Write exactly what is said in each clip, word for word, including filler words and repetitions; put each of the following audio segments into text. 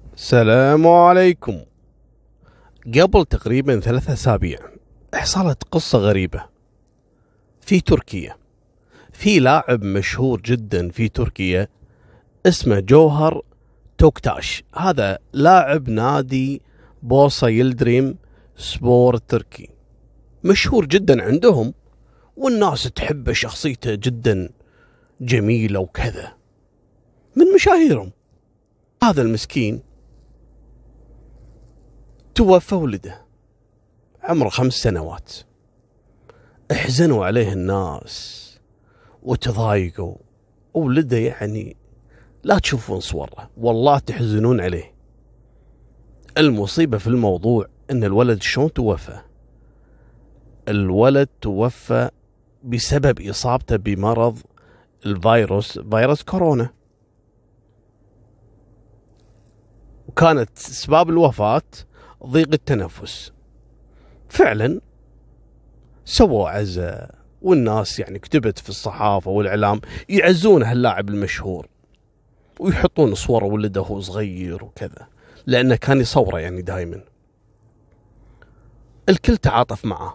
السلام عليكم. قبل تقريبا ثلاثة أسابيع حصلت قصة غريبة في تركيا. في لاعب مشهور جدا في تركيا اسمه جوهر توكتاش. هذا لاعب نادي بورصة يلدريم سبور تركي، مشهور جدا عندهم والناس تحبه، شخصيته جدا جميلة وكذا، من مشاهيرهم. هذا المسكين توفى ولده عمره خمس سنوات. احزنوا عليه الناس وتضايقوا. ولده يعني لا تشوفون صوره، والله تحزنون عليه. المصيبة في الموضوع ان الولد شلون توفى؟ الولد توفى بسبب اصابته بمرض الفيروس، فيروس كورونا، وكانت اسباب الوفاة ضيق التنفس. فعلا سووا عزاء، والناس يعني كتبت في الصحافة والإعلام يعزون هاللاعب المشهور ويحطون صور ولده وهو صغير وكذا، لأنه كان يصوره يعني دائما. الكل تعاطف معه.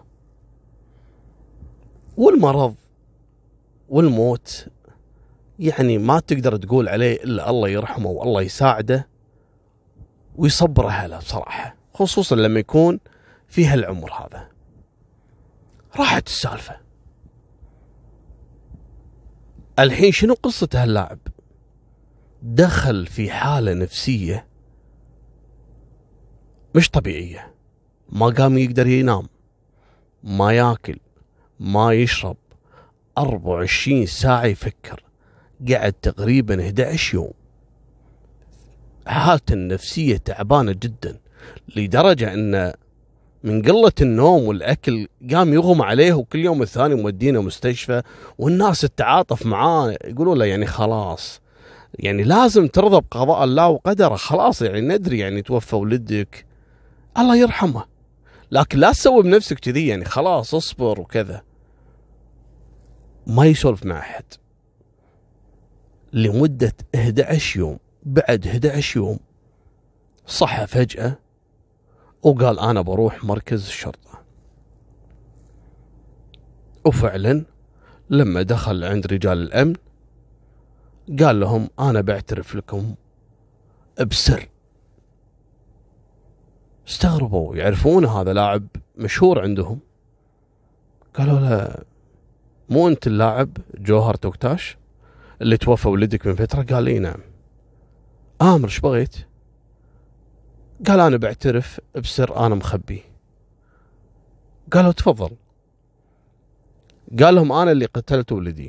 والمرض والموت يعني ما تقدر تقول عليه إلا الله يرحمه والله يساعده ويصبر أهله بصراحة، خصوصا لما يكون في هالعمر هذا. راحت السالفة. الحين شنو قصة هاللاعب؟ دخل في حالة نفسية مش طبيعية، ما قام يقدر ينام، ما ياكل، ما يشرب، أربعة وعشرين ساعة يفكر. قعد تقريبا إحدى عشر يوم. حالته النفسية تعبانة جدا، لدرجة أن من قلة النوم والأكل قام يغمى عليه، وكل يوم الثاني مودينه مستشفى، والناس تتعاطف معاه يقولوا له يعني خلاص، يعني لازم ترضى بقضاء الله وقدره، خلاص يعني ندري يعني توفى ولدك الله يرحمه، لكن لا تسوي بنفسك كذي، يعني خلاص اصبر وكذا. ما يسولف مع أحد لمدة إحدى عشر يوم. بعد إحدى عشر يوم صحى فجأة وقال أنا بروح مركز الشرطة. وفعلا لما دخل عند رجال الأمن قال لهم أنا بعترف لكم بسر. استغربوا، يعرفون هذا لاعب مشهور عندهم. قالوا له مو أنت اللاعب جوهر توكتاش اللي توفى ولدك من فترة؟ قال لي نعم. آمر ايش بغيت؟ قال أنا بعترف بسر أنا مخبي. قالوا تفضل. قال لهم أنا اللي قتلت ولدي.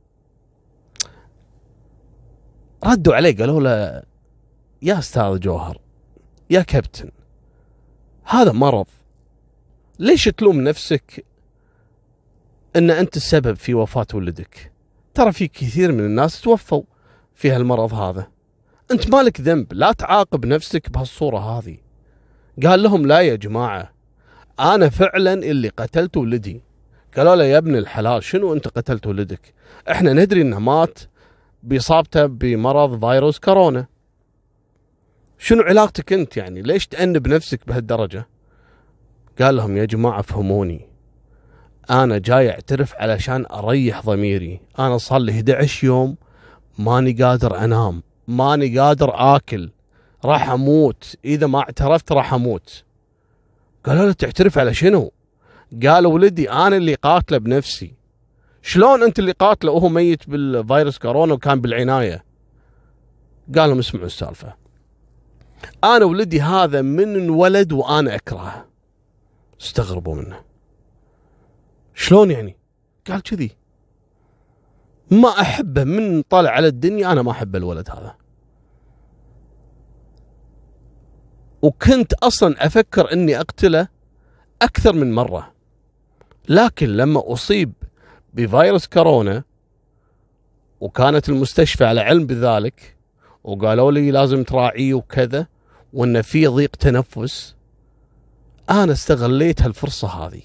ردوا عليه قالوا له يا أستاذ جوهر، يا كابتن، هذا مرض، ليش تلوم نفسك أن أنت السبب في وفاة ولدك؟ ترى في كثير من الناس توفوا في هالمرض هذا، أنت مالك ذنب، لا تعاقب نفسك بهالصورة هذه. قال لهم لا يا جماعة، أنا فعلا اللي قتلت ولدي. قالوا له يا ابن الحلال شنو أنت قتلت ولدك؟ إحنا ندري أنه مات بإصابته بمرض فيروس كورونا، شنو علاقتك أنت يعني؟ ليش تأنب نفسك بهالدرجة؟ قال لهم يا جماعة فهموني، أنا جاي أعترف علشان أريح ضميري. أنا صار لي إحدى عشر يوم ماني قادر أنام، ماني قادر آكل، راح أموت إذا ما اعترفت، راح أموت. قالوا له تعترف على شنو؟ قال ولدي أنا اللي قاتله بنفسي. شلون أنت اللي قاتله وهو ميت بالفيروس كورونا وكان بالعناية؟ قال لهم اسمعوا السالفة، أنا ولدي هذا من انولد وأنا أكرهه. استغربوا منه، شلون يعني؟ قال كذي، ما أحبه من طلع على الدنيا، أنا ما أحب الولد هذا، وكنت أصلا أفكر أني أقتله أكثر من مرة، لكن لما أصيب بفيروس كورونا وكانت المستشفى على علم بذلك وقالوا لي لازم تراعيه وكذا وأن في ضيق تنفس، أنا استغليت هالفرصة هذه.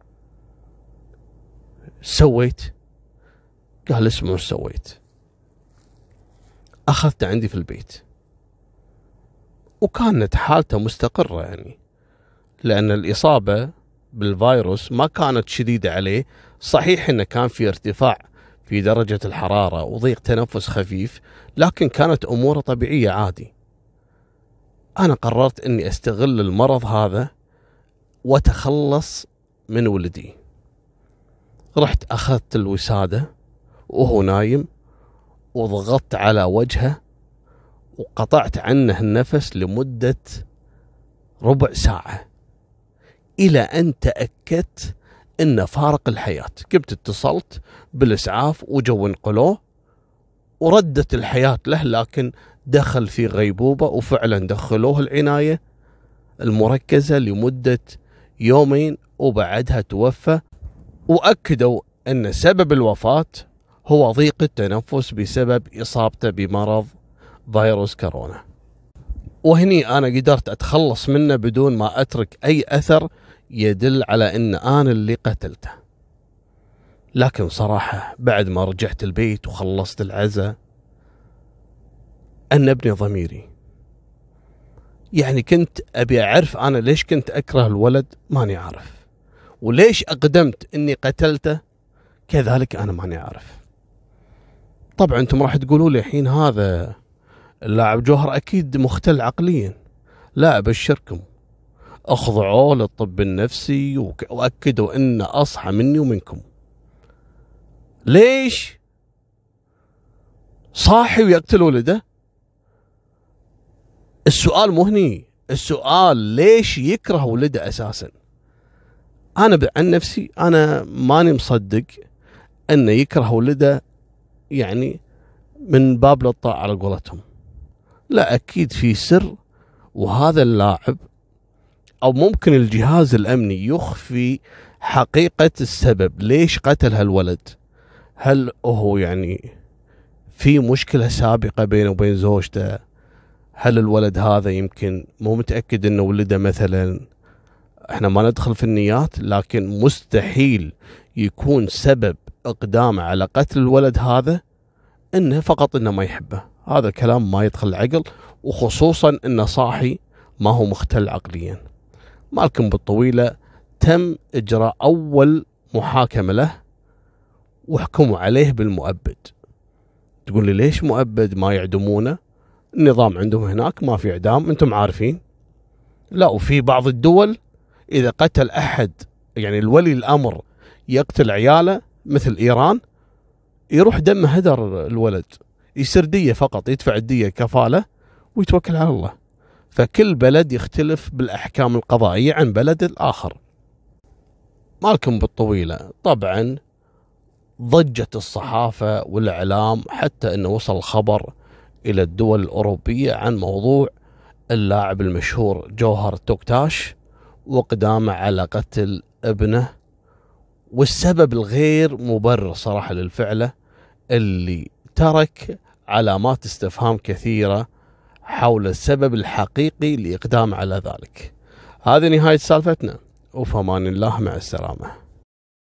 سويت؟ قال اسمعوا ايش سويت. أخذته عندي في البيت وكانت حالته مستقرة يعني، لأن الإصابة بالفيروس ما كانت شديدة عليه. صحيح أنه كان في ارتفاع في درجة الحرارة وضيق تنفس خفيف، لكن كانت أموره طبيعية عادي. أنا قررت أني أستغل المرض هذا وتخلص من ولدي. رحت أخذت الوسادة وهو نايم وضغطت على وجهه وقطعت عنه النفس لمدة ربع ساعة إلى أن تأكدت أنه فارق الحياة. قمت اتصلت بالإسعاف وجو نقلوه وردت الحياة له، لكن دخل في غيبوبة، وفعلا دخلوه العناية المركزة لمدة يومين وبعدها توفى. وأكدوا أن سبب الوفاة هو ضيق التنفس بسبب إصابته بمرض فيروس كورونا. وهني أنا قدرت أتخلص منه بدون ما أترك أي أثر يدل على أن أنا اللي قتلته. لكن صراحة بعد ما رجعت البيت وخلصت العزاء أنبني ضميري. يعني كنت أبي أعرف أنا ليش كنت أكره الولد، ماني عارف. وليش أقدمت أني قتلته، كذلك أنا ماني عارف. طبعا أنتم راح تقولوا لي الحين هذا اللاعب جوهر أكيد مختل عقليا. لا، أبشركم، أخضعوا للطب النفسي وأكدوا أنه أصحى مني ومنكم. ليش صاحي ويقتل ولده؟ السؤال مو هني، السؤال ليش يكره ولده أساسا؟ أنا عن نفسي أنا ماني مصدق أنه يكره ولده، يعني من باب للطاعة على قولتهم. لا، أكيد في سر، وهذا اللاعب أو ممكن الجهاز الأمني يخفي حقيقة السبب ليش قتل هالولد. هل هو يعني في مشكلة سابقة بينه وبين زوجته؟ هل الولد هذا يمكن مو متأكد أنه ولده مثلا؟ احنا ما ندخل في النيات، لكن مستحيل يكون سبب اقدامه على قتل الولد هذا انه فقط انه ما يحبه. هذا كلام ما يدخل العقل، وخصوصا انه صاحي ما هو مختل عقليا. مالكم بالطويلة تم اجراء اول محاكمة له وحكموا عليه بالمؤبد. تقول لي ليش مؤبد ما يعدمونه؟ النظام عندهم هناك ما في اعدام، انتم عارفين. لا، وفي بعض الدول إذا قتل أحد، يعني الولي الأمر يقتل عياله مثل إيران، يروح دم هدر الولد، يصير دية فقط، يدفع الدية كفالة ويتوكل على الله. فكل بلد يختلف بالأحكام القضائية عن بلد الآخر. مالكم بالطويلة. طبعا ضجت الصحافة والإعلام حتى أنه وصل خبر إلى الدول الأوروبية عن موضوع اللاعب المشهور جوهر توكتاش وقدامه على قتل ابنه، والسبب الغير مبرر صراحة للفعلة اللي ترك علامات استفهام كثيرة حول السبب الحقيقي لإقدام على ذلك. هذه نهاية سالفتنا، وفمان الله، مع السلامة.